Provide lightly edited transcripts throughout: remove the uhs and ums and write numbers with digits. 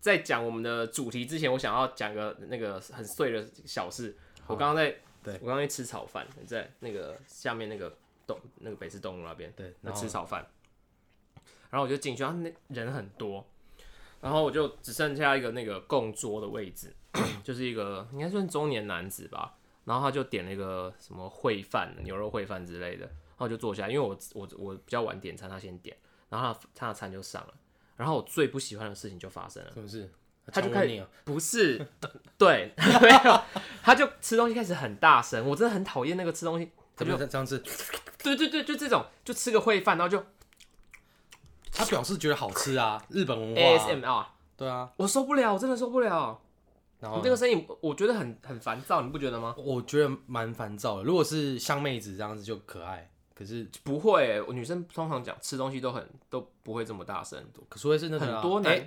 在讲我们的主题之前，我想要讲个那个很碎的小事。我刚刚在吃炒饭，在那个下面那个北市东路那边， 对， 那吃炒饭。然后我就进去，然后人很多，然后我就只剩下一个那个供桌的位置，就是一个应该算中年男子吧。然后他就点了一个什么烩饭、牛肉烩饭之类的，然后我就坐下，因为我比较晚点餐，他先点，然后他的餐就上了。然后我最不喜欢的事情就发生了， 什么事？ 他就开始不是对，没有，他就吃东西开始很大声，我真的很讨厌那个吃东西， 他就这样子， 对，就这种，就吃个烩饭，然后就他表示觉得好吃啊，日本文化、 ASMR， 对啊， 我受不了，我真的受不了。 然后你这个声音，我觉得很烦躁，你不觉得吗？ 我觉得蛮烦躁的。如果是香妹子这样子就可爱，可是不会、我女生通常讲吃东西都不会这么大声， 可除非是那个很多男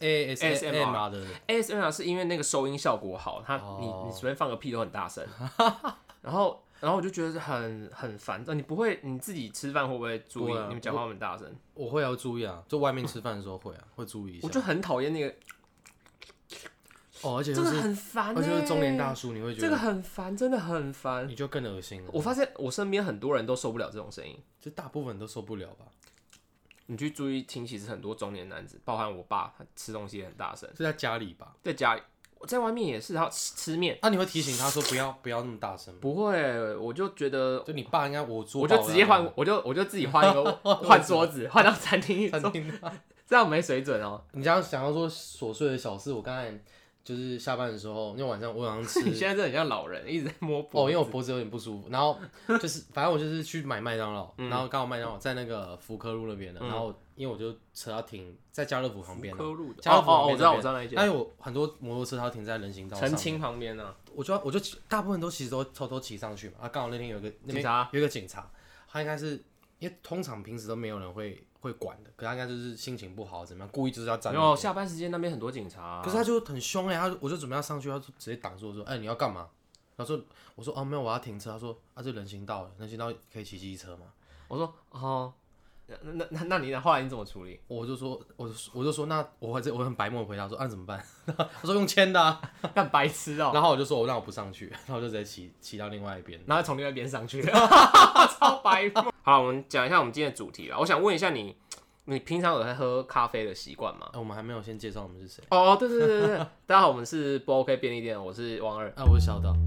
ASMR 的 ASMR 是因为那个收音效果好，你随便放个屁都很大声，然后我就觉得很烦躁。你不会你自己吃饭会不会注意你们讲话很大声？ 我会要注意啊，就外面吃饭的时候会注意一下。 我就很讨厌那个。 而且这个很烦， 而且是中年大叔，你会觉得这个很烦，真的很烦， 你就更恶心了。 我发现我身边很多人都受不了这种声音， 就大部分都受不了吧。 你去注意听，其实很多中年男子，包含我爸，他吃东西也很大声。 是在家里吧？ 在家里，我在外面也是，他吃面。 你会提醒他说不要那么大声？ 不会，我就觉得， 就你爸应该我就直接换，我就自己换一个换桌子，换到餐厅这样没水准哦。 你这样想要说琐碎的小事，我刚才就是下班的时候，因为晚上吃， 你现在真的很像老人，一直在摸脖子。 因为我脖子有点不舒服，然后就是反正我就是去买麦当劳，然后刚好麦当劳在那个福科路那边的，然后因为我就车要停在家乐福旁边， 福科路的家乐福旁边我知道那一间， 但有很多摩托车它停在人行道上， 澄清旁边呢， 我就大部分都其实都偷偷骑上去嘛，刚好那天有一个警察，他应该是因为通常平时都没有人会管的，可他应该就是心情不好怎么样，故意就是要站。 没有下班时间那边很多警察， 可是他就很凶我就准备要上去，他就直接挡住我说：“你要干嘛？”他说：“我说没有，我要停车。”他说：“这人行道可以骑机车吗？” 我说：“那你后来你怎么处理？” 我就说那我很白目的回答说：“怎么办？”他说：“用牵的啊。” 干白痴哦。 然后我就说：“那我不上去。”然后我就直接骑到另外一边， 然后从另外一边上去，超白目。好，我们讲一下我们今天的主题啦。我想问一下你平常有在喝咖啡的习惯吗？ 我们还没有先介绍我们是谁。 对，大家好，我们是不 OK 便利店，我是王二， 我是小岛。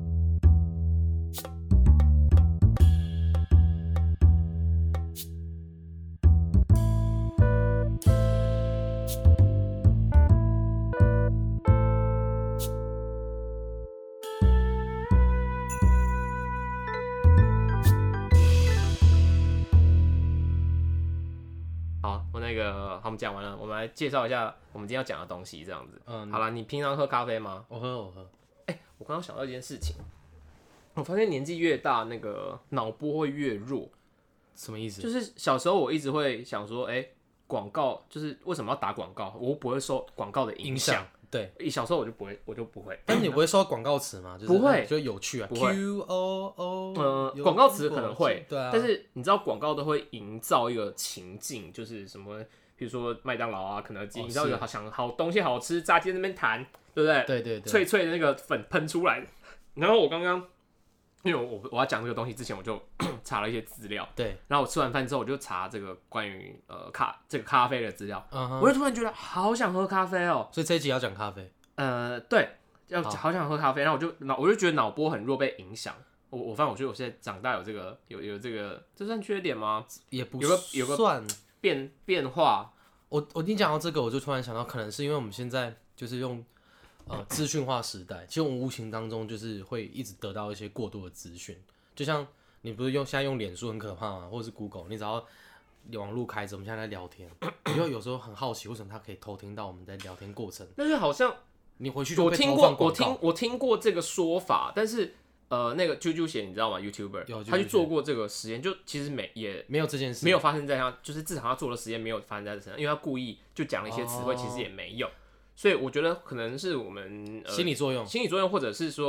好，我们讲完了，我们来介绍一下我们今天要讲的东西，这样子。好了，你平常喝咖啡吗？ 我喝。 我刚刚想到一件事情，我发现年纪越大，那个脑波会越弱。 什么意思？ 就是小时候我一直会想说，广告就是为什么要打广告？我不会受广告的影响。 对， 小时候我就不会。 但是你不会收到广告词吗？就是、 不会， 就有趣啊。 不会。广告词可能会， 对啊。 但是你知道广告都会营造一个情境，就是什么，比如说麦当劳啊、肯德基，你知道有好东西好吃，炸鸡那边弹，对不对？ 对。 脆脆的那个粉喷出来。然后我刚刚，因为我要讲这个东西之前，我就查了一些资料。 对。 然后我吃完饭之后，我就查这个关于这个咖啡的资料。我就突然觉得好想喝咖啡哦。 所以这一集要讲咖啡。 对，好想喝咖啡，然后我就觉得脑波很弱，被影响。我发现，我觉得我现在长大有这个，这算缺点吗？ 也不有个算变化。 我听讲到这个，我就突然想到，可能是因为我们现在就是用资讯化时代，其实我们无形当中就是会一直得到一些过多的资讯，就像你不是现在用脸书很可怕吗？或者是 Google， 你只要网路开着，我们现在在聊天，你就有时候很好奇，为什么他可以偷听到我们在聊天过程？ 但是好像你回去就被投放广告。 我听过这个说法，但是那个啾啾鞋你知道吗 ？YouTuber 他去做过这个实验，就其实也没有这件事， 没有发生在他，就是至少他做的实验没有发生在他身上，因为他故意就讲了一些词汇，其实也没有。所以我觉得可能是我们心理作用， 或者是说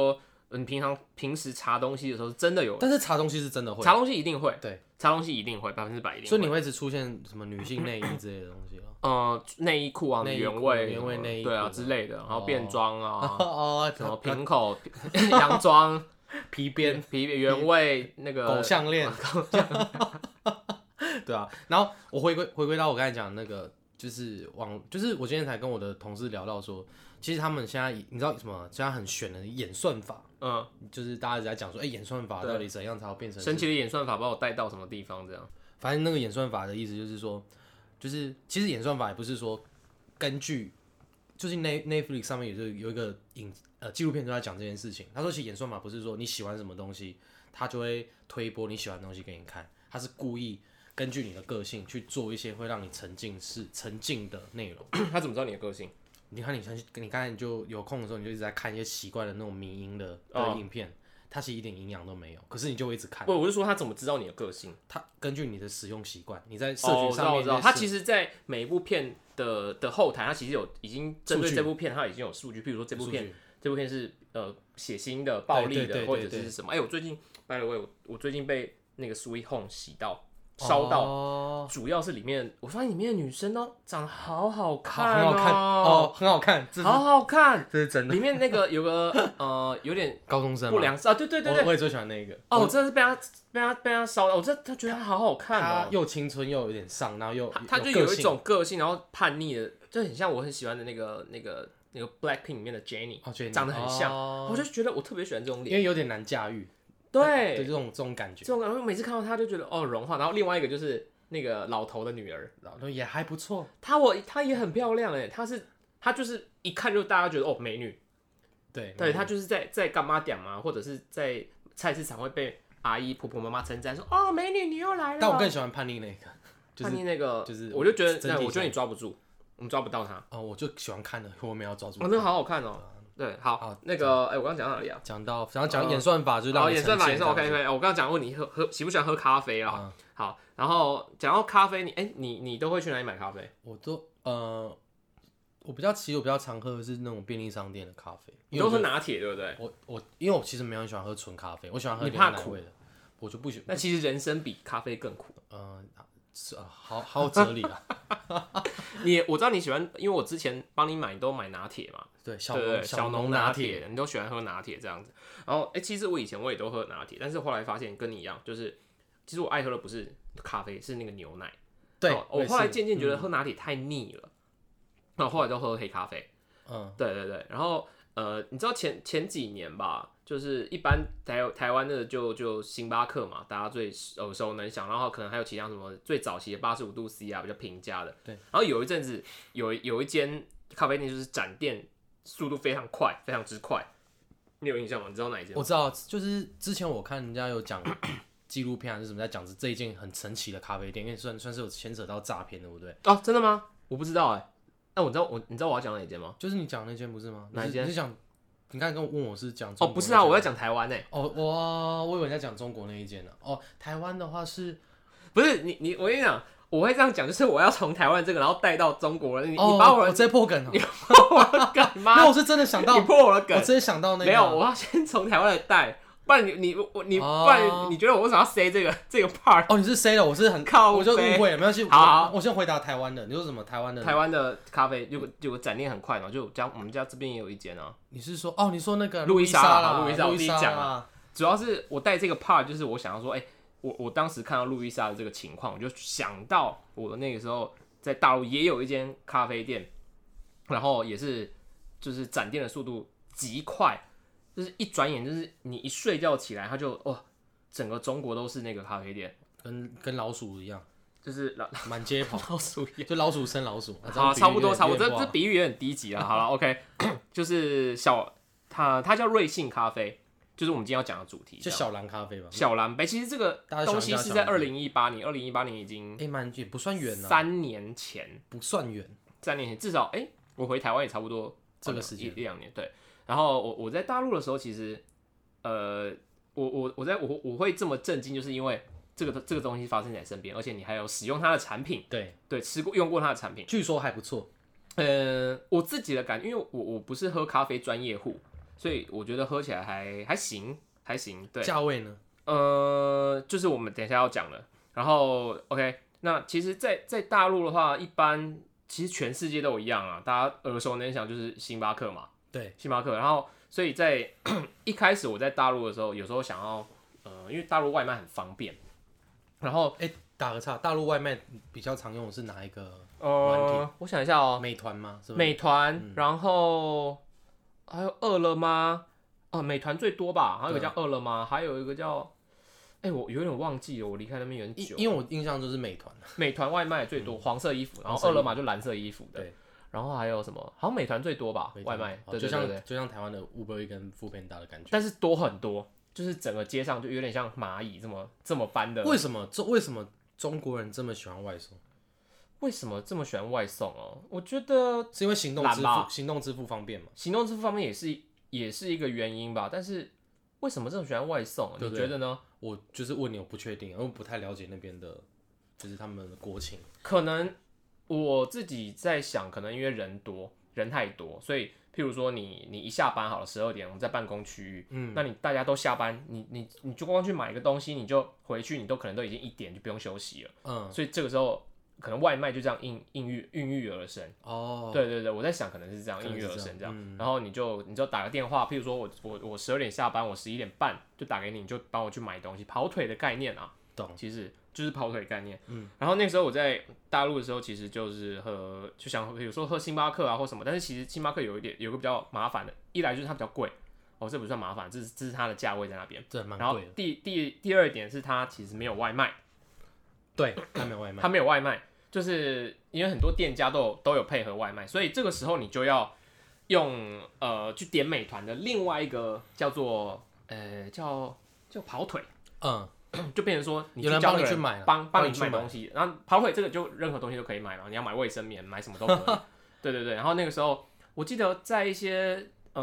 你平时查东西的时候真的有， 但是查东西是真的会， 查东西一定会， 对， 查东西一定会100%一定会。 所以你会一直出现什么女性内衣之类的东西内衣裤啊，原味内衣对啊之类的，然后便装啊，什么平口洋装、 皮鞭原味那个狗项链，对啊。然后我回归到我刚才讲的那个，就是我今天才跟我的同事聊到说，其实他们现在你知道什么？现在很玄的演算法，就是大家一直在讲说，演算法到底怎样才会变成神奇的演算法把我带到什么地方这样？ 反正那个演算法的意思就是说，就是其实演算法也不是说根据，就是 Netflix 上面有一个纪录片都在讲这件事情。他说，其实演算法不是说你喜欢什么东西，他就会推播你喜欢的东西给你看，他是故意根据你的个性去做一些会让你沉浸的内容。 他怎么知道你的个性？ 你看你刚才你就有空的时候，你就一直在看一些奇怪的那种迷因的影片，它其实一点营养都没有，可是你就会一直看。 不，我是说他怎么知道你的个性？ 他根据你的使用习惯，你在社群上面， 他其实，在每一部片的后台，他其实已经针对这部片，他已经有数据，譬如说这部片是血腥的、暴力的，或者是什么？我最近 by the way， 我最近被那个 Sweet Home 烧到，主要是里面我发现里面的女生长得好好看， 很好看很好看， 好好看， 这是真的。 里面那个有个有点高中生不良啊，对， 我也最喜欢那个。 我真的是被他烧到，我真的觉得他好好看他又青春又有点上，然后他就有一种个性，然后叛逆的，就很像我很喜欢的那个 Blackpink 里面的 Jennie，长得很像，我就觉得我特别喜欢这种脸， 因为有点难驾驭。 对， 这种感觉， 我每次看到他就觉得融化。然后另外一个就是那个老头的女儿， 老头也还不错， 她也很漂亮她就是一看就大家觉得美女，对，她就是在干妈店嘛，或者是在菜市场会被阿姨婆婆妈妈称赞说美女你又来了。 但我更喜欢叛逆那个， 叛逆那个就是我就觉得你抓不住，我们抓不到他我就喜欢看的，我没有抓住。 那个好好看对，好，那个我刚刚讲到哪里啊？ 想要讲演算法，就是让演算法也是 OK。我刚刚讲问你喜不喜欢喝咖啡啊？好，然后讲到咖啡，你都会去哪里买咖啡？ 我比较常喝的是那种便利商店的咖啡。 你都喝拿铁对不对？ 因为我其实没有很喜欢喝纯咖啡，我喜欢喝你怕苦味的，我就不喜欢。 那其实人生比咖啡更苦。 好有哲理啊！ 我知道你喜欢，因为我之前帮你买，你都买拿铁嘛。 对， 小浓拿铁，你都喜欢喝拿铁这样子。然后，其实我以前也都喝拿铁，但是后来发现跟你一样，就是其实我爱喝的不是咖啡，是那个牛奶。 对， 我后来渐渐觉得喝拿铁太腻了，然后后来就喝黑咖啡。对。然后你知道前几年吧，就是一般台湾的就星巴克嘛，大家最耳熟能详，然后可能还有其他什么最早期的85度 C 啊，比较平价的。 对。 然后有一阵子有一间咖啡店就是展店速度非常快，非常之快。你有印象吗？你知道哪一间吗？ 我知道，就是之前我看人家有讲纪录片还是什么，在讲这一间很神奇的咖啡店，因为算是有牵扯到诈骗，对不对？ 真的吗？我不知道那你知道我要讲哪一间吗？ 就是你讲那间不是吗？ 哪一间？ 你是讲你刚才问我是讲中国不是啊，我要讲台湾我以为你在讲中国那一间呢。台湾的话是， 不是我跟你讲，我会这样讲，就是我要从台湾这个，然后带到中国了。你把我直接破梗了， 你破我的梗吗？ 没有，我是真的想到你破我的梗， 我直接想到那个。 没有，我要先从台湾的带。不然你不然你觉得我为什么要 say 这个 part？ 你是 say 了，我是很靠， 我就误会了，没关系。 好， 我先回答台湾的。你说什么？台湾的咖啡有个展店很快，然后我们家这边也有一间啊。 你是说你说那个路易莎啦， 路易莎我自己讲啊。主要是我带这个 part， 就是我想要说，我当时看到路易莎的这个情况，我就想到我那个时候在大陆也有一间咖啡店，然后也是就是展店的速度极快。就是一转眼，就是你一睡觉起来，它就整个中国都是那个咖啡店， 跟老鼠一样， 就是满街跑， 老鼠一样， 就老鼠生老鼠。 好，差不多，这比喻也很低级了。好了 ，OK， 就是它叫瑞幸咖啡，就是我们今天要讲的主题， 就小蓝咖啡吧。 小蓝杯，其实这个东西是在2018年已经也不算远了 ，3年前不算远 ，3年前至少我回台湾也差不多这个时间 1-2年，对。然后我在大陆的时候，其实我会这么震惊，就是因为这个东西发生在你身边，而且你还有使用它的产品，对，用过它的产品， 据说还不错。 我自己的感觉，因为我不是喝咖啡专业户， 所以我觉得喝起来还行，还行。对， 价位呢？ 就是我们等一下要讲的。然后 OK， 那其实在大陆的话，一般其实全世界都一样啊，大家耳熟能详就是星巴克嘛。 对， 星巴克。然后所以在一开始我在大陆的时候，有时候想要因为大陆外卖很方便，然后打个岔，大陆外卖比较常用的是哪一个软体？ 我想一下哦， 美团吗？是不是美团，然后还有饿了么，美团最多吧，还有一个叫饿了么，还有一个叫，我有点忘记了，我离开那边有点久。 因为我印象就是美团， 美团外卖最多，黄色衣服，然后饿了么就蓝色衣服的， 对， 然后还有什么？好像美团最多吧，外卖，对， 就像台湾的 Uber Eats 跟 Foodpanda 的感觉， 但是多很多，就是整个街上就有点像蚂蚁这么搬的。 为什么中国人这么喜欢外送？ 为什么这么喜欢外送哦？我觉得是因为行动支付方便嘛？ 行动支付方面也是一个原因吧。但是为什么这么喜欢外送？你觉得呢？ 我就是问你，我不确定，因为我不太了解那边的，就是他们的国情。 可能我自己在想，可能因为人太多，所以譬如说你一下班好了12点，我们在办公区域，那你大家都下班，你就光去买一个东西，你就回去，你都可能都已经1点就不用休息了，所以这个时候可能外卖就这样孕育而生。对对对，我在想可能是这样孕育而生这样，然后你就打个电话，譬如说我12点下班，我11点半就打给你，你就帮我去买东西，跑腿的概念啊， 懂？ 其实就是跑腿概念。然后那个时候我在大陆的时候，其实就是就想有时候喝星巴克啊或什么，但是其实星巴克有个比较麻烦的，一来就是它比较贵，这不算麻烦，这是它的价位在那边。然后第二点是它其实没有外卖。 对，它没有外卖， 它没有外卖，就是因为很多店家都有配合外卖，所以这个时候你就要用去点美团的另外一个叫做叫跑腿，就变成说你有人帮你去买， 帮你去买东西，然后跑腿这个就任何东西都可以买嘛，你要买卫生棉，买什么都可以。对对对，然后那个时候我记得在一些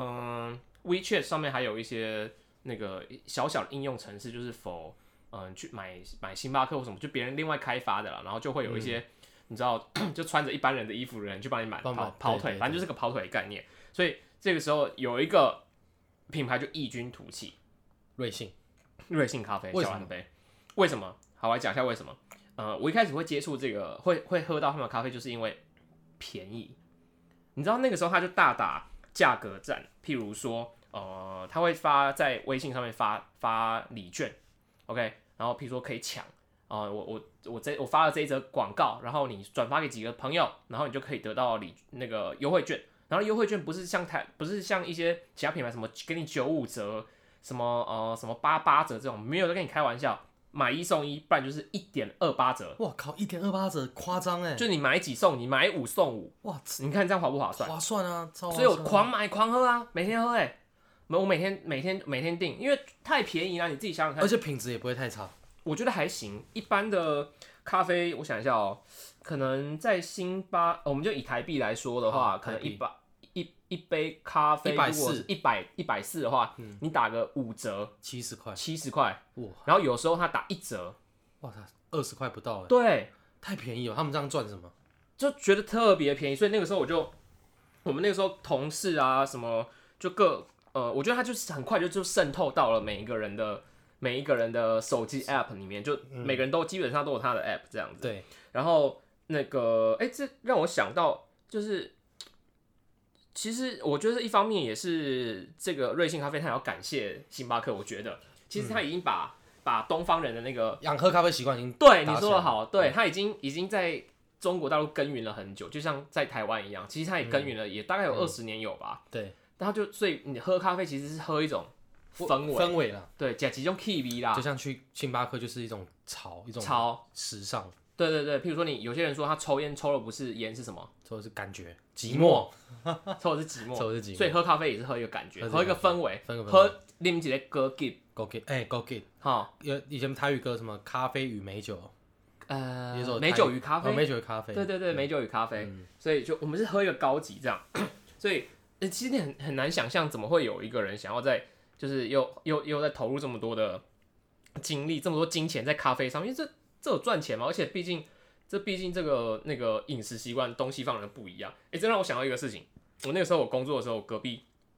WeChat 上面还有一些那个小小的应用程式，就是去买星巴克或什么，就别人另外开发的啦，然后就会有一些你知道，就穿着一般人的衣服的人去帮你买跑腿，反正就是个跑腿的概念。所以这个时候有一个品牌就异军突起，瑞幸咖啡小蓝杯。为什么？好，我来讲一下为什么。我一开始会接触这个，会喝到他们的咖啡，就是因为便宜。你知道那个时候他就大打价格战，譬如说，他会在微信上面发礼券 ，OK。然后譬如说可以抢我发了这一则广告，然后你转发给几个朋友，然后你就可以得到那个优惠券。然后优惠券不是像一些其他品牌什么给你95折，什么88折这种，没有在跟你开玩笑，买1送1，不然就是1.28折。 哇靠，1.28折夸张哎！ 就你买几送，你买5送5，哇，你看这样划不划算？ 划算啊，超划算啊！ 所以我狂买狂喝啊，每天喝我每天订，因为太便宜了，你自己想想看。 而且品质也不会太差， 我觉得还行。一般的咖啡，我想一下可能在我们就以台币来说的话，可能一杯咖啡，如果是140的话，你打个5折，70块，哇！然后有时候他打1折， 哇，他20块不到哎， 对， 太便宜了。他们这样赚什么？ 就觉得特别便宜，所以那个时候我们那个时候同事啊什么就我觉得他就是很快就渗透到了每一个人的手机 app 里面，就每个人都基本上都有他的 app 这样子。 对。 然后那个，这让我想到，就是其实我觉得一方面也是这个瑞幸咖啡，他要感谢星巴克。我觉得其实他已经把东方人的那个养喝咖啡习惯已经对你说的好，对他已经在中国大陆耕耘了很久，就像在台湾一样，其实他也耕耘了，也大概有20年有吧。 对。 然后所以你喝咖啡其实是喝一种氛围啦，对，加几种气味啦， 就像去星巴克就是一种一种时尚。 对对对，譬如说有些人说他抽烟抽的不是烟是什么？ 抽的是感觉寂寞， 抽的是寂寞， 所以喝咖啡也是喝一个感觉，喝一个氛围，喝啉一个枸杞， 枸杞，好，以前台语歌什么咖啡与美酒， 美酒与咖啡， 美酒与咖啡， 对对对，美酒与咖啡，所以我们是喝一个高级这样，所以其实你很难想象怎么会有一个人想要就是又在投入这么多的精力，这么多金钱在咖啡上面，因为这有赚钱嘛？而且毕竟这个那个饮食习惯东西方人不一样。这让我想到一个事情，我那个时候我工作的时候，隔壁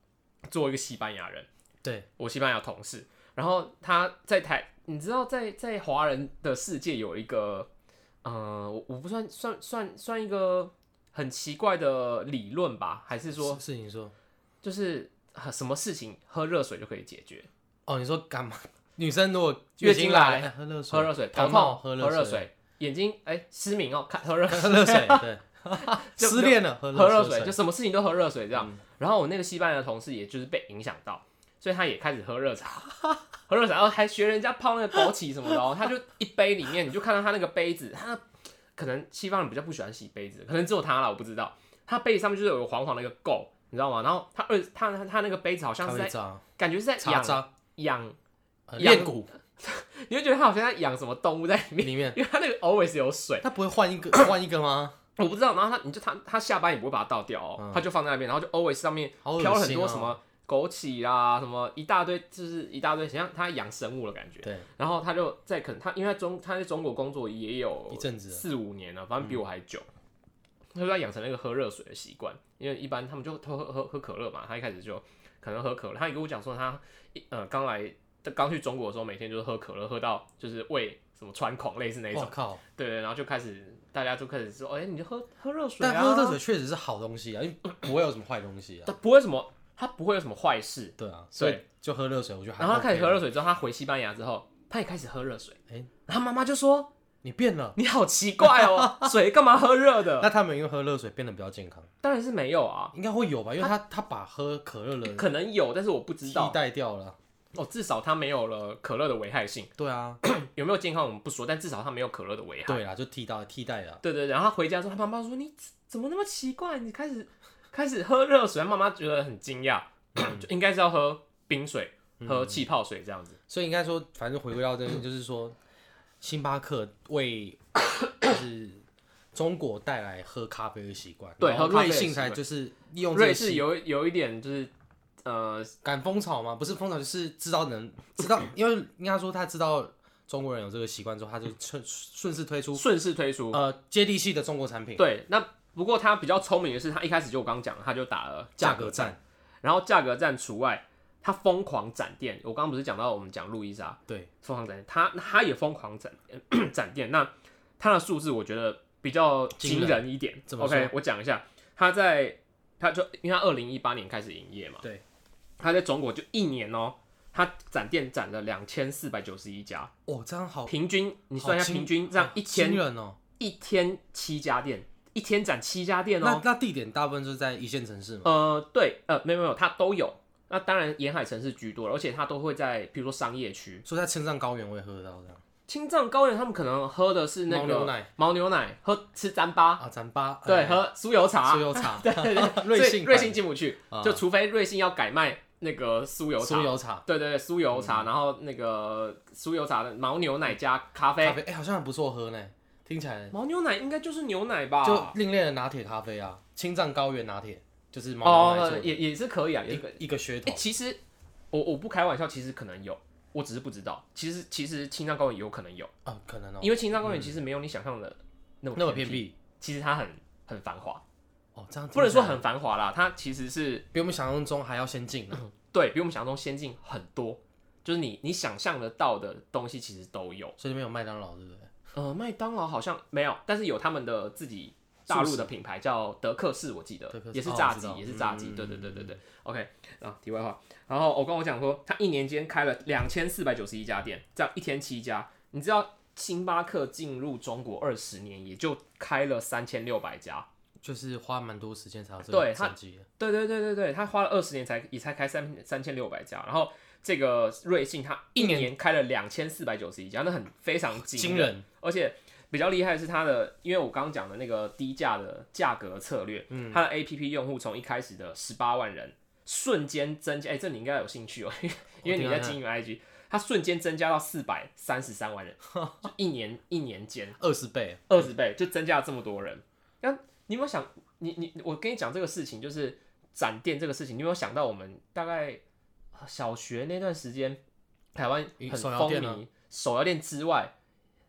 做一个西班牙人， 对， 我西班牙同事，然后他在你知道在华人的世界有一个我不算一个很奇怪的理论吧，还是说是你说， 就是什么事情喝热水就可以解决？ 哦，你说干嘛？女生如果月经来喝热水， 喝热水，头感冒痛喝热水，眼睛失明哦，喝热喝热水，对，失恋了喝热水， 就什么事情都喝热水这样。然后我那个西班牙的同事也就是被影响到，所以他也开始喝热茶，喝热茶，然后还学人家泡那个枸杞什么的哦。他就一杯里面，你就看到他那个杯子，他可能西方人比较不喜欢洗杯子，可能只有他啦，我不知道。他杯子上面就是有个黄黄的一个垢，你知道吗？然后他那个杯子好像是在，感觉是在养练骨。 你会觉得他好像在养什么动物在里面，因为他那个 always 有水。 他不会换一个吗？ 我不知道。然后他下班也不会把它倒掉哦，他就放在那边，然后就 always 上面飘了很多什么枸杞啦，什么一大堆，就是一大堆，像他养生物的感觉。 对。 然后他就因为他在中国工作也有一阵子 4-5年了，反正比我还久。他就要养成那个喝热水的习惯，因为一般他们就喝可乐嘛，他一开始就可能喝可乐。他也跟我讲说他刚去中国的时候，每天就是喝可乐，喝到就是胃什么穿孔，类似那种。 靠！ 对，然后就开始大家就开始说，你就喝热水啊。 但喝热水确实是好东西啊，因为不会有什么坏东西啊。 它不会有什么坏事。 对啊，所以就喝热水，我觉得还。 然后他开始喝热水之后，他回西班牙之后，他也开始喝热水。然后妈妈就说：“ 你变了， 你好奇怪哦，水干嘛喝热的？” 那他们因为喝热水变得比较健康？ 当然是没有啊， 应该会有吧，因为他把喝可乐的可能有，但是我不知道替代掉了。 至少它没有了可乐的危害性。 对啊， 有没有健康我们不说，但至少它没有可乐的危害。 对啦，就替代了。 对，然后他回家之后，他妈妈说：“你怎么那么奇怪？你开始喝热水。”妈妈觉得很惊讶，就应该是要喝冰水、喝气泡水这样子。 所以应该说，反正回归到这边，就是说，星巴克为就是中国带来喝咖啡的习惯， 对，喝咖啡的习惯。 瑞幸才就是利用瑞士有一点就是赶风潮嘛，不是风潮，就是知道，因为应该说他知道中国人有这个习惯之后，他就顺势推出接地气的中国产品。 对，那不过他比较聪明的是，他一开始就我刚刚讲，他就打了价格战，然后价格战除外，他疯狂展店。我刚刚不是讲到我们讲路易莎，对，疯狂展店，他也疯狂展店。那他的数字我觉得比较惊人一点。OK， 我讲一下，他就因为他2018年开始营业嘛， 对。 他在中国就1年哦，他展店展了2491家。 这样好。 平均你算一下，平均这样一天7家店，一天展7家店哦。 那地点大部分就是在一线城市吗？ 对，没有，它都有。那当然沿海城市居多，而且它都会在比如说商业区。 所以在青藏高原会喝到这样。 青藏高原他们可能喝的是那个牦牛奶，吃糌粑糌粑， 对，喝酥油茶，对，瑞幸进不去，就除非瑞幸要改卖那个酥油茶，对，酥油茶，然后那个酥油茶的牦牛奶加咖啡， 好像很不错喝呢，听起来。 牦牛奶应该就是牛奶吧？ 就另类的拿铁咖啡啊，青藏高原拿铁就是牦牛奶做的， 也是可以啊， 一个噱头。 其实我不开玩笑，其实可能有。我只是不知道，其实青藏高原有可能有可能因为青藏高原其实没有你想象的那么偏僻， 其实它很繁华这样不能说很繁华啦，它其实是比我们想象中还要先进对，比我们想象中先进很多，就是你想象得到的东西其实都有， 所以那边有麦当劳对不对？ 麦当劳好像没有，但是有他们的自己大陆的品牌叫德克士，我记得也是炸鸡，对。OK， 题外话，然后我跟我讲说，他1年间开了2491家店，这样一天7家。你知道星巴克进入中国20年，也就开了3600家， 就是花蛮多时间才有这个成绩。 对，他花了20年也才开3600家，然后这个瑞幸他1年开了2491家，那非常惊人，而且。比较厉害的是它的，因为我刚刚讲的那个低价的价格策略，它的 APP 用户从一开始的18万人，瞬间增加，这你应该有兴趣哦，因为你在经营 IG， 它瞬间增加到433万人，就一年间 20倍， 就增加了这么多人。那你有没有想，我跟你讲这个事情，就是展店这个事情，你有没有想到我们大概小学那段时间，台湾很风靡手摇店之外。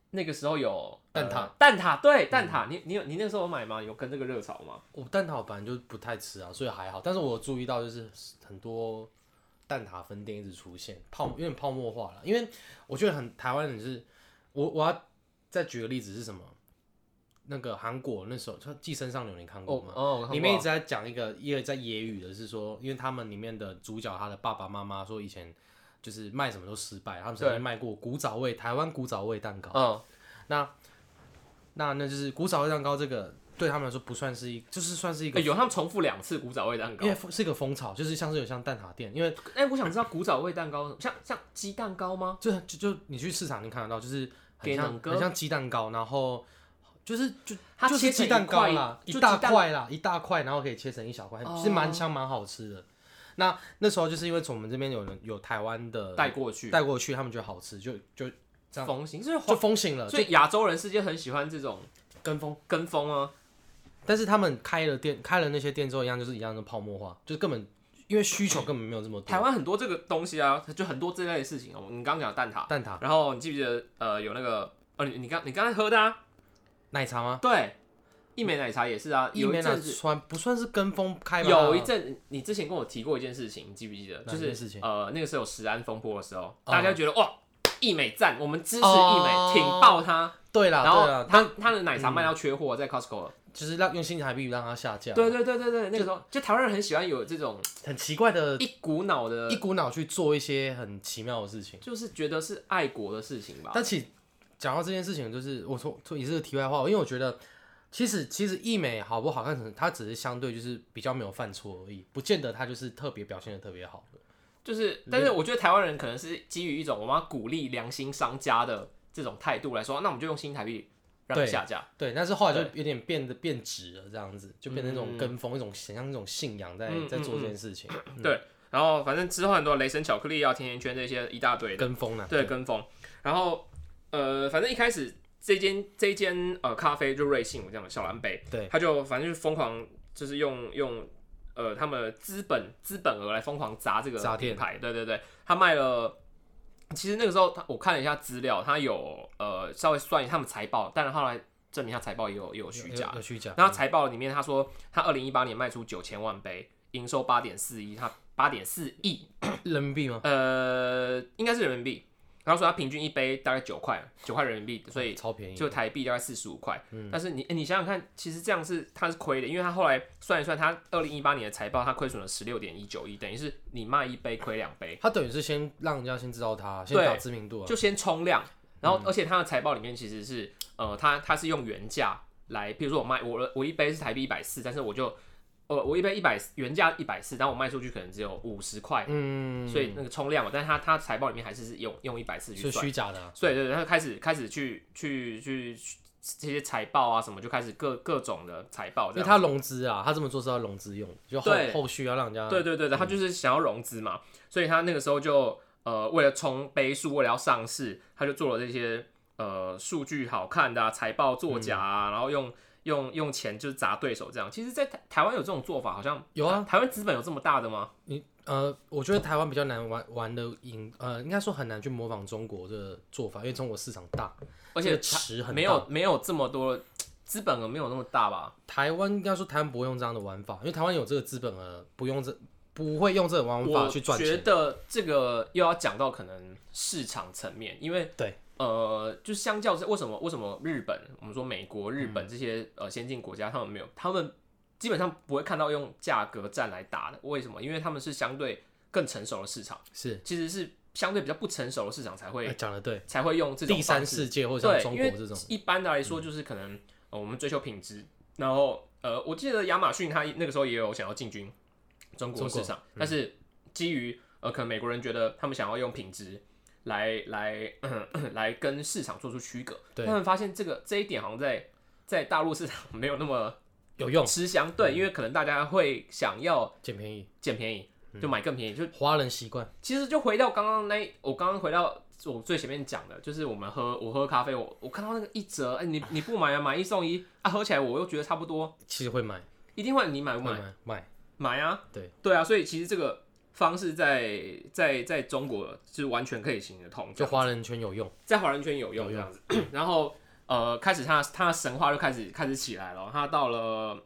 那个时候有蛋挞， 蛋挞对蛋挞，你那个时候有买吗？有跟这个热潮吗？ 我蛋挞本来就不太吃啊，所以还好。但是我有注意到就是很多蛋挞分店一直出现，有点泡沫化了。因为我觉得台湾人是，我要再举个例子是什么？那个韩国那时候《寄生上流》，你看过吗？里面一直在讲一个在揶揄的是说，因为他们里面的主角他的爸爸妈妈说以前就是卖什么都失败，他们曾经卖过台湾古早味蛋糕。那就是古早味蛋糕这个对他们来说不算是就是算是一个， 有他们重复2次古早味蛋糕， 因为是一个风潮，就是像蛋挞店，因为我想知道古早味蛋糕像鸡蛋糕吗？ 就你去市场你看得到，就是很像鸡蛋糕，然后就是鸡蛋糕啦，一大块，然后可以切成一小块，其实蛮香蛮好吃的。那时候就是因为从我们这边有台湾的带过去，他们觉得好吃，就这样风行， 就风行了。 所以亚洲人世界很喜欢这种跟风啊。 但是他们开了那些店之后，一样的泡沫化，就是根本因为需求根本没有这么多。 台湾很多这个东西啊，就很多这类的事情哦。你刚刚讲蛋挞，然后你记不记得有那个你刚才喝的奶茶吗？ 对。一美奶茶也是啊， 有一阵子不算是跟风开吧。 有一阵，你之前跟我提过一件事情，你记不记得？就是那个时候有食安风波的时候，大家觉得哇，义美赞，我们支持义美，挺爆它。 对啦， 然后他的奶茶卖到缺货，在 Costco 就是用新台币让它下架。 对，那个时候就台湾人很喜欢有这种很奇怪的， 一股脑去做一些很奇妙的事情， 就是觉得是爱国的事情吧。 但其实讲到这件事情，就是我说也是个题外话，因为我觉得。其实义美好不好看，它只是相对就是比较没有犯错而已，不见得它就是特别表现的特别好的。 就是，但是我觉得台湾人可能是基于一种我们要鼓励良心商家的这种态度来说，那我们就用新台币让你下架。 对，但是后来就有点变质了，这样子就变成那种跟风，一种像那种信仰在做这件事情。 对，然后反正之后很多雷神巧克力啊、甜甜圈这些一大堆的跟风啊， 对，跟风。然后反正一开始。这间咖啡就瑞幸，我这样的小蓝杯， 对， 他就反正就是疯狂，就是用他们的资本额来疯狂砸这个品牌，对，他卖了，其实那个时候我看了一下资料，他有稍微算一下他们财报，但是后来证明他财报也有虚假，然后财报里面他说他2018年卖出9000万杯，营收8.4亿，他8.4亿人民币吗？ 应该是人民币。然后说它平均一杯大概9块人民币，所以超便宜， 就台币大概45块。但是你想想看，其实这样它是亏的，因为它后来算一算，它2018年的财报它亏损了16.19亿，等于是你卖一杯亏2杯。 它等于是先让人家先知道它，先打知名度就先冲量。然后而且它的财报里面其实是它是用原价来，比如说我一杯是台币140，但是我一杯原价140，但我卖出去可能只有50块，所以那个冲量嘛，但是它财报里面还是用140去算， 是虚假的， 所以对，他开始去这些财报啊什么，就开始各种的财报， 因为他融资啊，他这么做是要融资用，就后续要让人家对，他就是想要融资嘛，所以他那个时候就为了冲杯数，为了要上市，他就做了这些数据好看的财报作假啊，然后用钱就是砸对手这样，其实，在台湾有这种做法，好像有啊。 台湾资本有这么大的吗？ 我觉得台湾比较难玩的应该说很难去模仿中国的做法，因为中国市场大， 而且池很大，没有这么多资本额，没有那么大吧？ 台湾应该说台湾不会用这样的玩法，因为台湾有这个资本额，不会用这种玩法去赚钱。 我觉得这个又要讲到可能市场层面，因为对。 就是相较是为什么日本，我们说美国、日本这些先进国家，他们没有，他们基本上不会看到用价格战来打的。为什么？因为他们是相对更成熟的市场，其实是相对比较不成熟的市场才会讲得对， 才会用这种第三世界或者像中国这种。 一般的来说，就是可能我们追求品质，然后我记得亚马逊它那个时候也有想要进军中国市场，但是基于可能美国人觉得他们想要用品质。来跟市场做出区隔，他们发现这一点好像在大陆市场没有那么有用吃香，对，因为可能大家会想要捡便宜， 就买更便宜，就华人习惯。 其实就回到我刚刚回到我最前面讲的，就是我喝咖啡，我看到那个1折，你不买啊，买1送1啊，喝起来我又觉得差不多， 其实会买， 一定会，你买不买？ 买啊， 对啊，所以其实这个方式在中国就是完全可以行得通， 就华人圈有用， 在华人圈有用这样子。然后开始他的神话就开始起来了。他到了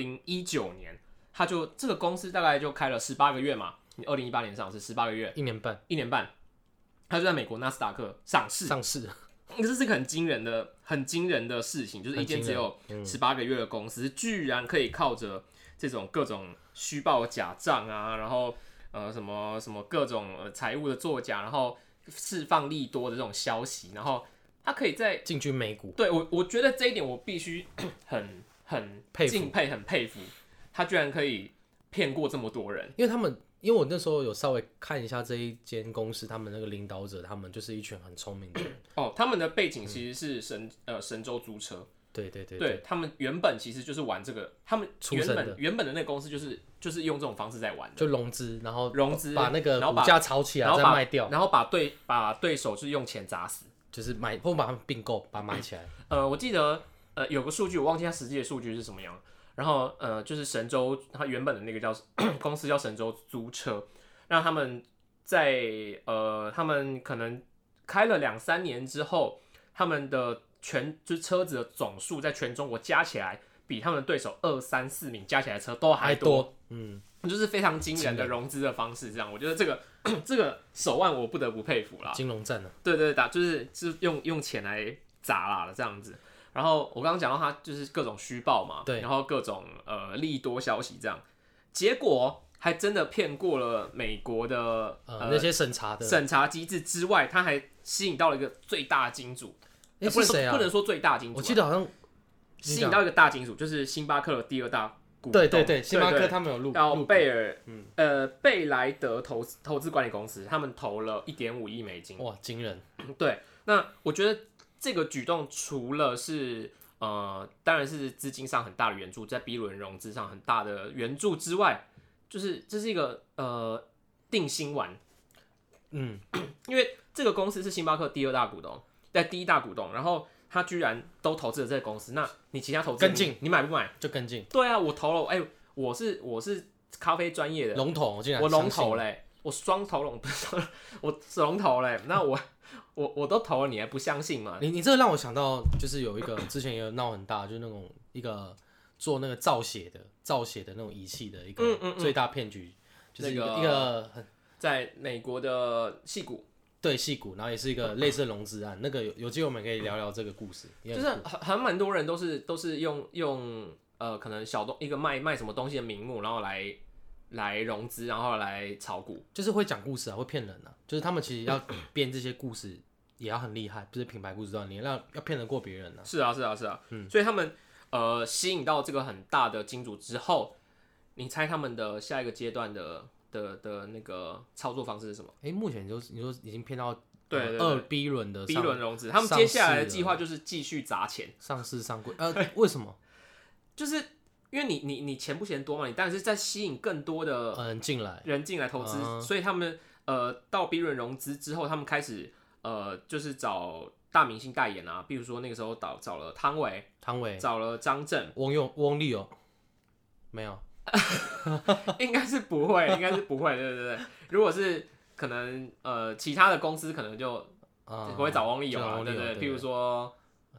2019年，这个公司大概就开了18个月嘛。你2018年上市18个月， 1年半， 他就在美国纳斯达克上市。这是个很惊人的事情，就是一间只有18个月的公司，居然可以靠着这种各种虚报假账啊，然后什么各种财务的作假，然后释放利多的这种消息，然后他可以在进军美股。 对我觉得这一点我必须很敬佩，很佩服，他居然可以骗过这么多人， 因为我那时候有稍微看一下这一间公司，他们那个领导者，他们就是一群很聪明的人。 他们的背景其实是神州租车。对，他们原本其实就是玩这个，他们原本的那个公司就是用这种方式在玩的， 就融资，然后把那个股价炒起来再卖掉， 然后把对手就是用钱砸死， 就是或把他们并购，把它买起来。 我记得有个数据，我忘记它实际的数据是什么样。然后就是神州，它原本的那个公司叫神州租车，让他们在他们可能开了2-3年之后，他们的就是车子的总数在全中国加起来，比他们的对手2、3、4名加起来的车都还多。就是非常惊人的融资的方式。这样，我觉得这个手腕我不得不佩服啦。 金融战啊， 对，就是用钱来砸啦的这样子。然后我刚刚讲到他就是各种虚报嘛， 对， 然后各种利多消息这样，结果还真的骗过了美国的那些审查机制之外，他还吸引到了一个最大金主。 是谁啊？ 不能说最大金主， 我记得好像吸引到一个大金主，就是星巴克的第2大股东。 对，星巴克他们有入叫贝莱德投资管理公司，他们投了1.5亿美金。 哇，惊人！ 对，那我觉得这个举动除了是当然是资金上很大的援助，在 B 轮融资上很大的援助之外，就是这是一个定心丸。因为这个公司是星巴克第2大股东，第1大股东，然后他居然都投资了这个公司，那你其他投资跟进， 你买不买？ 就跟进。 对啊，我投了，我是咖啡专业的龙头， 我龙头嘞，我双头龙，我龙头嘞，那我都投了，你还不相信吗？ 你这个让我想到，就是有一个之前也有闹很大，就是那种一个做那个造血的那种仪器的一个最大骗局，就是一个在美国的矽谷。 对，矽谷，然后也是一个类似的融资案，那个有机会我们可以聊聊这个故事。 就是还蛮多人都是用可能一个卖什么东西的名目，然后来融资，然后来炒股， 就是会讲故事啊，会骗人啊，就是他们其实要编这些故事也要很厉害，不是品牌故事都很厉害，要骗得过别人啊。 是啊，所以他们吸引到这个很大的金主之后，你猜他们的下一个阶段的那个操作方式是什么？ 目前你说已经骗到对 2B 轮的 B 轮融资，他们接下来的计划就是继续砸钱， 上市上柜。为什么？ 就是因为你钱不嫌多嘛，你当然是在吸引更多的人进来投资，所以他们到 B 轮融资之后，他们开始就是找大明星代言啊，比如说那个时候找了汤唯，找了张震， 翁立友，没有。 应该是不会，对。如果是可能其他的公司可能就不会找翁立友啊，对。譬如说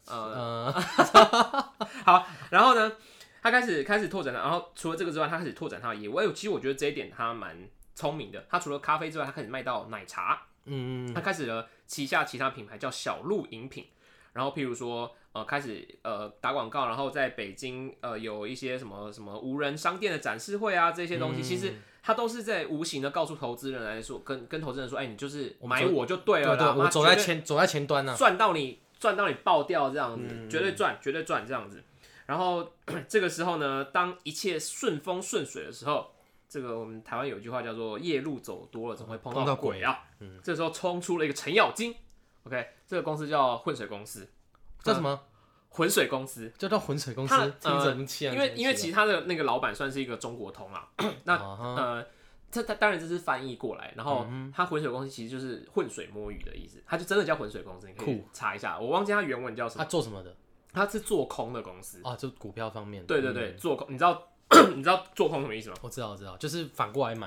好，然后呢，他开始拓展然后除了这个之外，他开始拓展他的业务。其实我觉得这一点他蛮聪明的。他除了咖啡之外，他开始卖到奶茶，他开始了旗下其他品牌叫小鹿饮品。然后譬如说开始打广告，然后在北京有一些什么无人商店的展示会啊，这些东西，其实他都是在无形的告诉投资人来说，跟投资人说，你就是买我就对了啦， 我走在前端啊， 赚到你爆掉这样子，绝对赚这样子。然后这个时候呢，当一切顺风顺水的时候，这个我们台湾有一句话叫做夜路走多了总会碰到鬼啊。这时候冲出了一个程咬金。OK， 这个公司叫浑水公司， 叫什么？ 浑水公司， 叫浑水公司，听着气啊！ 因为其他的那个老板算是一个中国通啊，那他当然这是翻译过来，然后他浑水公司其实就是浑水摸鱼的意思，他就真的叫浑水公司，你可以查一下，我忘记他原文叫什么。 他做什么的？ 他是做空的公司啊，就股票方面。 对，做空，你知道做空什么意思吗？ 我知道，就是反过来买。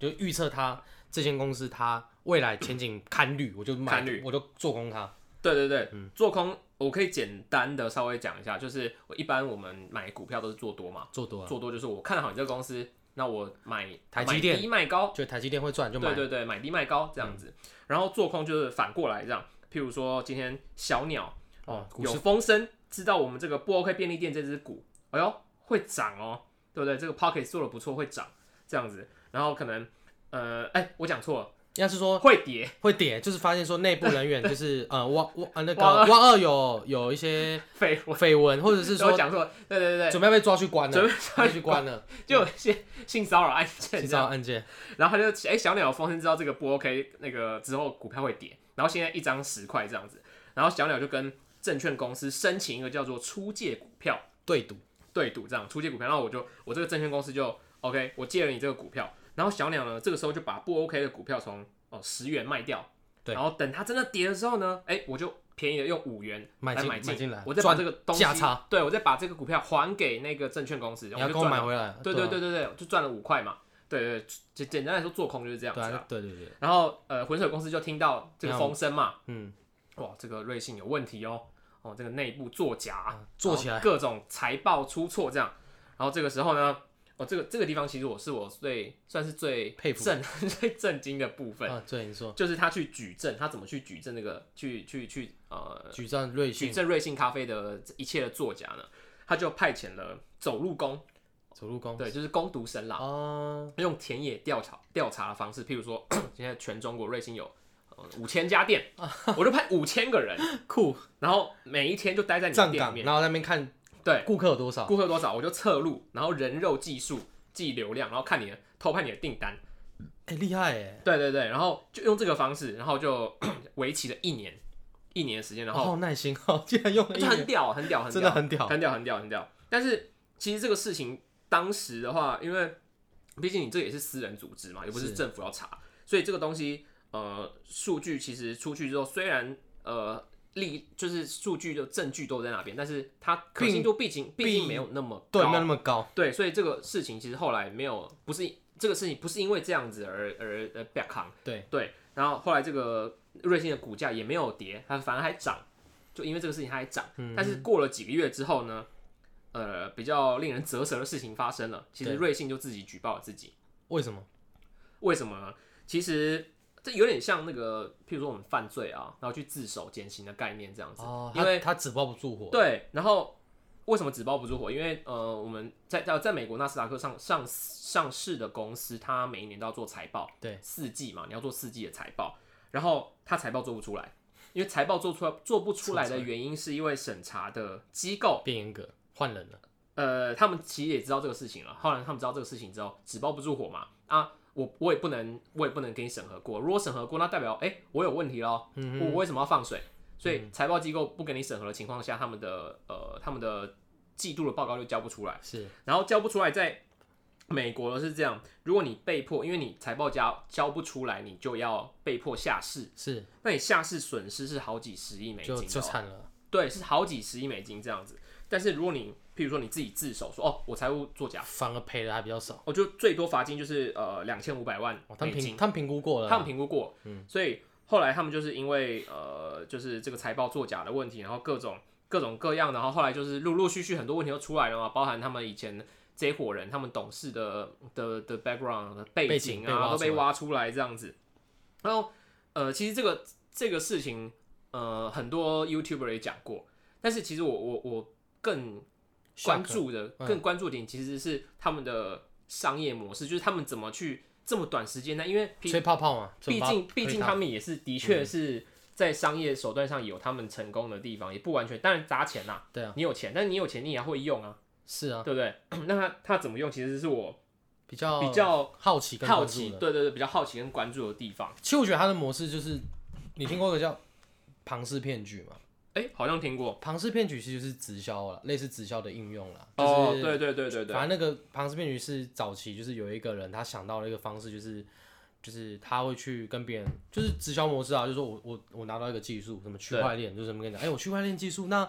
就预测它这间公司它未来前景堪虑，我就我就做空它。 对对对，做空我可以简单的稍微讲一下，就是我们买股票都是做多嘛，做多就是我看好你这个公司，那我买台积电低卖高， 就台积电会赚就买。 对对对，买低卖高这样子。然后做空就是反过来这样，譬如说今天小鸟有风声，知道我们这个不 OK 便利店这只股，哎呦会涨哦，对不对？这个 Pocket 做的不错，会涨这样子。然后可能我讲错了。 要是说会跌， 就是发现说内部人员就是汪二有一些绯闻，或者是说讲错，对对对， 准备被抓去关了， 就有一些性骚扰案件， 然后他就小鸟有风声知道这个不 OK， 那个之后股票会跌，然后现在一张10块这样子，然后小鸟就跟证券公司申请一个叫做出借股票对赌这样出借股票，然后我这个证券公司就 OK， 我借了你这个股票。然后小鸟呢，这个时候就把不 OK 的股票从10元卖掉，对，然后等它真的跌的时候呢，我就便宜的用5元来买进来，我再把这个东西价差，对我再把这个股票还给那个证券公司， 你要跟我买回来， 对，就赚了5块嘛，对，简单来说做空就是这样子啊， 对。 然后浑水公司就听到这个风声嘛，哇，这个瑞信有问题哦，这个内部作假， 做起来各种财报出错这样，然后这个时候呢。这个地方其实我算是最佩服、 最震惊的部分啊。对，你说， 就是他去举证，他怎么去举证那个举证瑞幸咖啡的一切的作假呢？他就派遣了走路工，对，就是工读生啦，用田野调查的方式，譬如说现在全中国瑞幸有5000家店，我就派5000个人， 酷， 然后每一天就待在你的店里面， 然后在那边看。 对， 顾客有多少， 我就测路，然后人肉计数、计流量，然后偷拍你的订单， 厉害哎！ 对，然后就用这个方式，然后就为期了1年的时间，然后好耐心哦，竟然用了1年， 很屌， 真的很屌。但是其实这个事情当时的话，因为毕竟你这也是私人组织嘛，又不是政府要查，所以这个东西数据其实出去之后，虽然就是数据的证据都在那边，但是它可信度毕竟没有那么高， 对，没有那么高， 对，所以这个事情其实后来不是这个事情不是因为这样子而back on，对，然后后来这个瑞幸的股价也没有跌，它反而还涨，就因为这个事情它还涨，但是过了几个月之后呢，比较令人啧舌的事情发生了，其实瑞幸就自己举报了自己， 为什么呢？其实。这有点像那个，譬如说我们犯罪啊，然后去自首减刑的概念这样子，因为他纸包不住火。 对，然后为什么纸包不住火？因为我们在美国纳斯达克上市的公司，它每一年都要做财报，对，4季嘛，你要做4季的财报，然后它财报做不出来，因为财报做不出来的原因是因为审查的机构变严格，换人了。 他们其实也知道这个事情了，后来他们知道这个事情之后，纸包不住火嘛，啊。我也不能给你审核过，如果审核过，那代表我有问题咯，我为什么要放水？所以财报机构不给你审核的情况下，他们的季度的报告就交不出来，是，然后交不出来，在美国是这样，如果你被迫，因为你财报交不出来，你就要被迫下市，是，那你下市损失是好几十亿美金， 就惨了， 对，是好几十亿美金这样子，但是如果你譬如说你自己自首说我财务作假， 反而赔的还比较少， 就最多罚金就是2500万美金， 他们评估过了， 所以后来他们就是因为就是这个财报作假的问题，然后各种各样，然后后来就是陆陆续续很多问题都出来了嘛，包含他们以前这一伙人他们董事的 background 的背景啊都被挖出来这样子，然后其实这个事情很多 YouTuber 也讲过，但是其实我更关注的点其实是他们的商业模式，就是他们怎么去这么短时间内，因为吹泡泡嘛， 毕竟他们也是的确是在商业手段上有他们成功的地方，也不完全，当然砸钱啦，对啊，你有钱，但是你有钱你也会用啊， 是啊， 对不对？那他怎么用，其实是我比较好奇， 对，比较好奇跟关注的地方。 其实我觉得他的模式就是，你听过一个叫庞氏骗局吗？ 好像听过。 庞氏骗局其实就是直销啦，类似直销的应用啦。 对。 反正那个庞氏骗局是早期，就是有一个人他想到了一个方式，就是他会去跟别人，就是直销模式啊，就是说我拿到一个技术，什么区块链，就是什么跟你讲，我区块链技术，那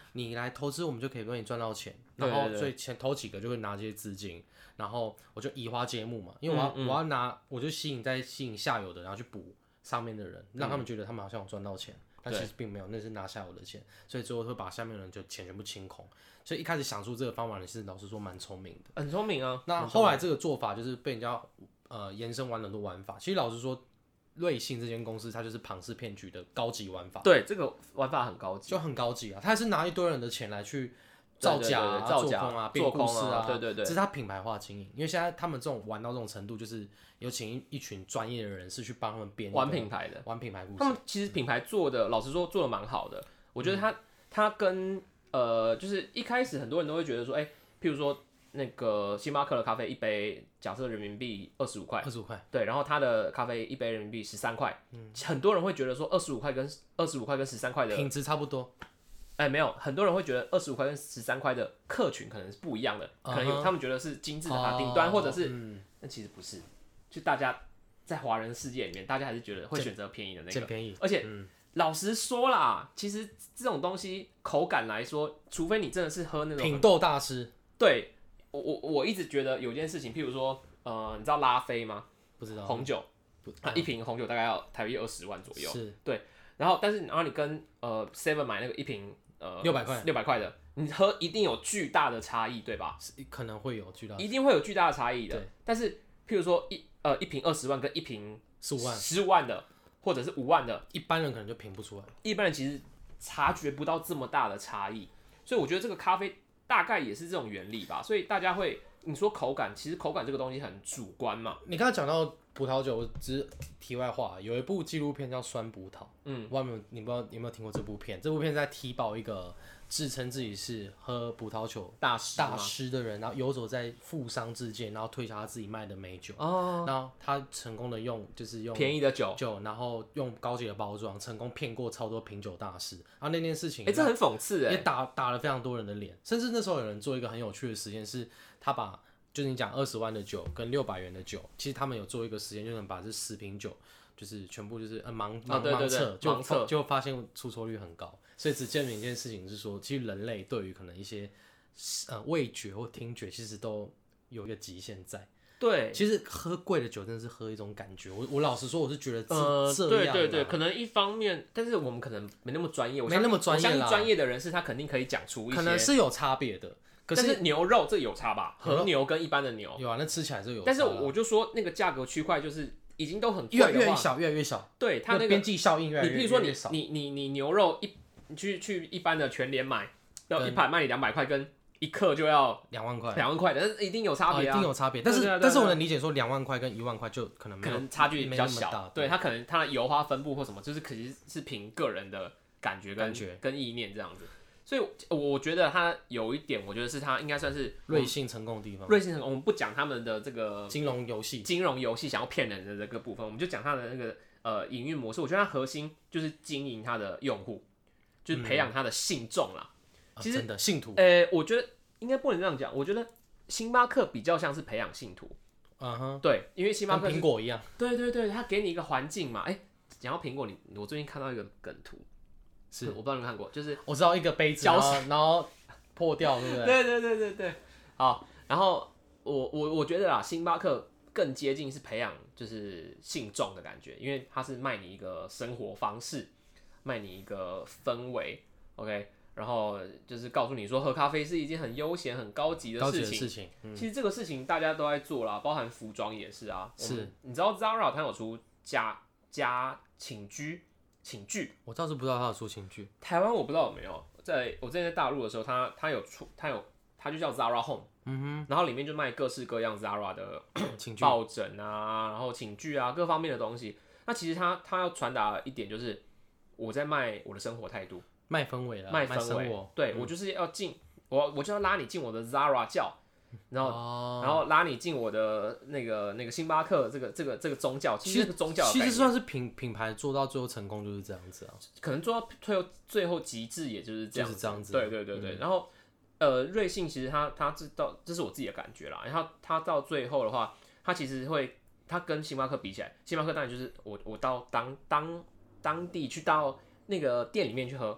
你来投资，我们就可以帮你赚到钱。然后所以前头几个就会拿这些资金，然后我就移花接木嘛，因为我要拿，我就吸引下游的，然后去补上面的人，让他们觉得他们好像有赚到钱，但其实并没有，那是拿下游的钱，所以最后会把下面的人就钱全部清空。所以一开始想出这个方法，你是老实说蛮聪明的， 很聪明啊。 那后来这个做法就是被人家延伸玩了很多玩法。其实老实说，瑞幸这间公司它就是庞氏骗局的高级玩法。 对，这个玩法很高级， 就很高级啊。它是拿一堆人的钱来去造假啊、做空啊、编故事啊， 对。 这是它品牌化经营。因为现在他们这种玩到这种程度，就是有请一群专业的人士去帮他们编玩品牌的， 玩品牌故事。 他们其实品牌做的，老实说做的蛮好的。我觉得它跟就是一开始很多人都会觉得说，譬如说那个星巴克的咖啡一杯，假设人民币25块 ，25块， 对，然后它的咖啡一杯人民币13块，很多人会觉得说25块跟13块的品质差不多。 没有，很多人会觉得25块跟13块的客群可能是不一样的，可能有他们觉得是精致的打顶端，或者是，那其实不是，就大家在华人世界里面，大家还是觉得会选择便宜的那个， 便宜， 而且。老实说啦，其实这种东西口感来说，除非你真的是喝那种品豆大师。 对，我一直觉得有件事情，譬如说，你知道拉菲吗？ 不知道。 红酒，一瓶红酒大概要台币20万左右。 是。 对，然后你跟Seven 买那个一瓶600块的，你喝一定有巨大的差异，对吧？ 可能会有巨大的， 一定会有巨大的差异的。但是譬如说一瓶20万跟一瓶15万的。或者是5万的， 一般人可能就评不出来。 一般人其实察觉不到这么大的差异，所以我觉得这个咖啡大概也是这种原理吧。所以大家会，你说口感，其实口感这个东西很主观嘛。 你刚才讲到葡萄酒，我只是题外话，有一部纪录片叫《酸葡萄》，我不知道你有没有听过这部片？这部片在踢爆一个自称自己是喝葡萄酒大师的人，然后游走在富商之间，然后推销他自己卖的美酒，然后他成功的用便宜的酒， 然后用高级的包装，成功骗过超多品酒大师。然后那件事情， 这很讽刺也打了非常多人的脸，甚至那时候有人做一个很有趣的实验，是他把就是你讲20万的酒跟600元的酒，其实他们有做一个实验，就能把这10瓶酒就是全部就是盲测，就发现出错率很高。所以只证明一件事情是说，其实人类对于可能一些味觉或听觉，其实都有一个极限在。 对， 其实喝贵的酒真的是喝一种感觉。我老实说，我是觉得这样。 对，可能一方面，但是我们可能没那么专业。 没那么专业啦。 我相信专业的人士他肯定可以讲出一些， 可能是有差别的。 但是牛肉这有差吧？和牛跟一般的牛有啊，那吃起来是有差。 但是我就说那个价格区块就是已经都很贵的话， 越来越小。 对，它那个边际效应越来越少。 你譬如说你牛肉你去一般的全联买，要一盘卖你200块，跟一克就要 2万块 ，2万块的，但是一定有差别啊， 一定有差别。但是我能理解说2万块跟1万块就可能差距比较小，对，它可能它的油花分布或什么，就是可能是凭个人的感觉跟意念这样子。所以我觉得它有一点，我觉得是它应该算是瑞幸成功的地方。 瑞幸成功，我们不讲他们的这个金融游戏想要骗人的这个部分，我们就讲它的那个营运模式。我觉得它核心就是经营它的用户，就是培养它的信众啦。其实真的信徒， 我觉得应该不能这样讲。我觉得星巴克比较像是培养信徒。对，因为星巴克跟苹果一样。 对，它给你一个环境嘛。讲到苹果，我最近看到一个梗图。 是， 我不知道你有没有看过，就是我知道一个杯子，然后破掉，对不对？对。好，然后我觉得啦，星巴克更接近是培养就是信众的感觉，因为它是卖你一个生活方式，卖你一个氛围 ，OK， 然后就是告诉你说喝咖啡是一件很悠闲、很高级的事情。其实这个事情大家都在做啦，包含服装也是啊。 是， 你知道 Zara 它有出家寝具， 我倒是不知道他有出寝具。 台湾我不知道有没有，我之前在大陆的时候，它就叫 Zara Home，然后里面就卖各式各样 Zara 的抱枕啊，然后寝具啊，各方面的东西。那其实它要传达一点就是，我在卖我的生活态度， 卖氛围啦， 卖氛围。对，我就是要我就要拉你进我的 Zara 教。然后拉你进我的那个星巴克这个宗教，其实这个宗教其实算是品牌做到最后成功就是这样子啊， 可能做到最后极致也就是这样子。对。然后瑞幸其实他这是我自己的感觉啦，然后他到最后的话，他其实他跟星巴克比起来，星巴克当然就是我到当地去到那个店里面去喝。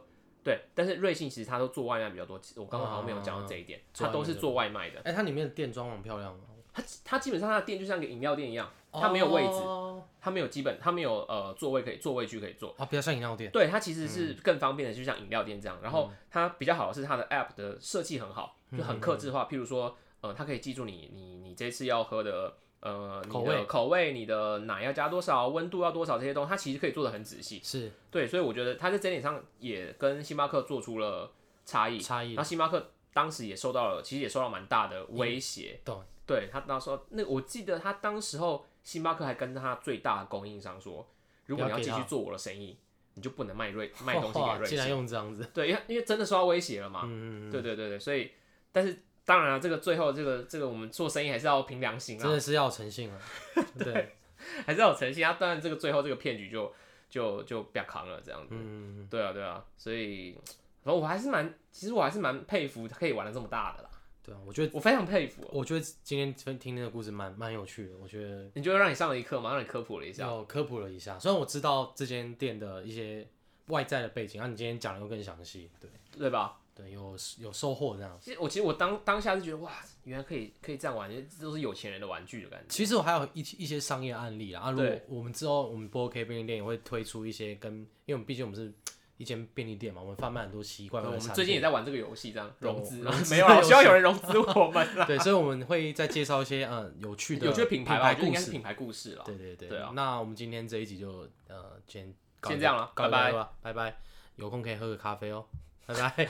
对，但是瑞幸其实它都做外卖比较多，我刚刚好像没有讲到这一点，它都是做外卖的。 它里面的店装潢漂亮吗？ 它基本上它的店就像个饮料店一样，它没有位置，它没有它没有座位区可以坐， 比较像饮料店。 对，它其实是更方便的，就像饮料店这样。然后它比较好的是它的 App 的设计很好，就很客制化。譬如说，它可以记住你这次要喝的你的口味，你的奶要加多少，温度要多少这些东西，它其实可以做的很仔细。 是对，所以我觉得它在这点上也跟星巴克做出了差异。然后星巴克当时也受到蛮大的威胁。对他那时候，我记得他当时候星巴克还跟他最大的供应商说，如果你要继续做我的生意，你就不能卖东西给瑞幸。 竟然用这样子。 对，因为真的受到威胁了嘛。对，所以但是当然了，这个最后这个我们做生意还是要凭良心啊， 真的是要有诚信啊。 对，还是要有诚信。当然这个最后这个骗局就不要扛了这样子。对啊，所以反正其实我还是蛮佩服可以玩得这么大的啦。 对啊，我觉得我非常佩服。 我觉得今天听那个故事蛮有趣的。我觉得你觉得让你上了一课吗？让你科普了一下。 科普了一下，虽然我知道这间店的一些外在的背景，你今天讲的又更详细， 对吧？ 对，有收获这样。 其实我当下是觉得哇，原来可以这样玩，这都是有钱人的玩具的感觉。 其实我还有一些商业案例啦。如果我们之后我们波 OK 便利店也会推出一些因为毕竟我们是一间便利店嘛，我们贩卖很多奇怪的产品。 我们最近也在玩这个游戏，这样融资没有啦，我希望有人融资我们啦。 对，所以我们会再介绍一些有趣的品牌吧，我觉得应该是品牌故事啦。 对啊。那我们今天这一集就先这样了，拜拜拜拜，有空可以喝个咖啡哦，拜拜。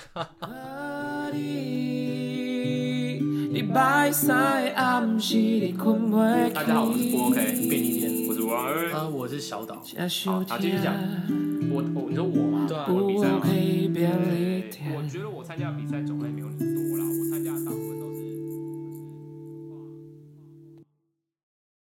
大家好，我是波 OK 便利店，我是王恩， 我是小岛。 好，继续讲。你说我吗？ 对啊， 我比赛吗？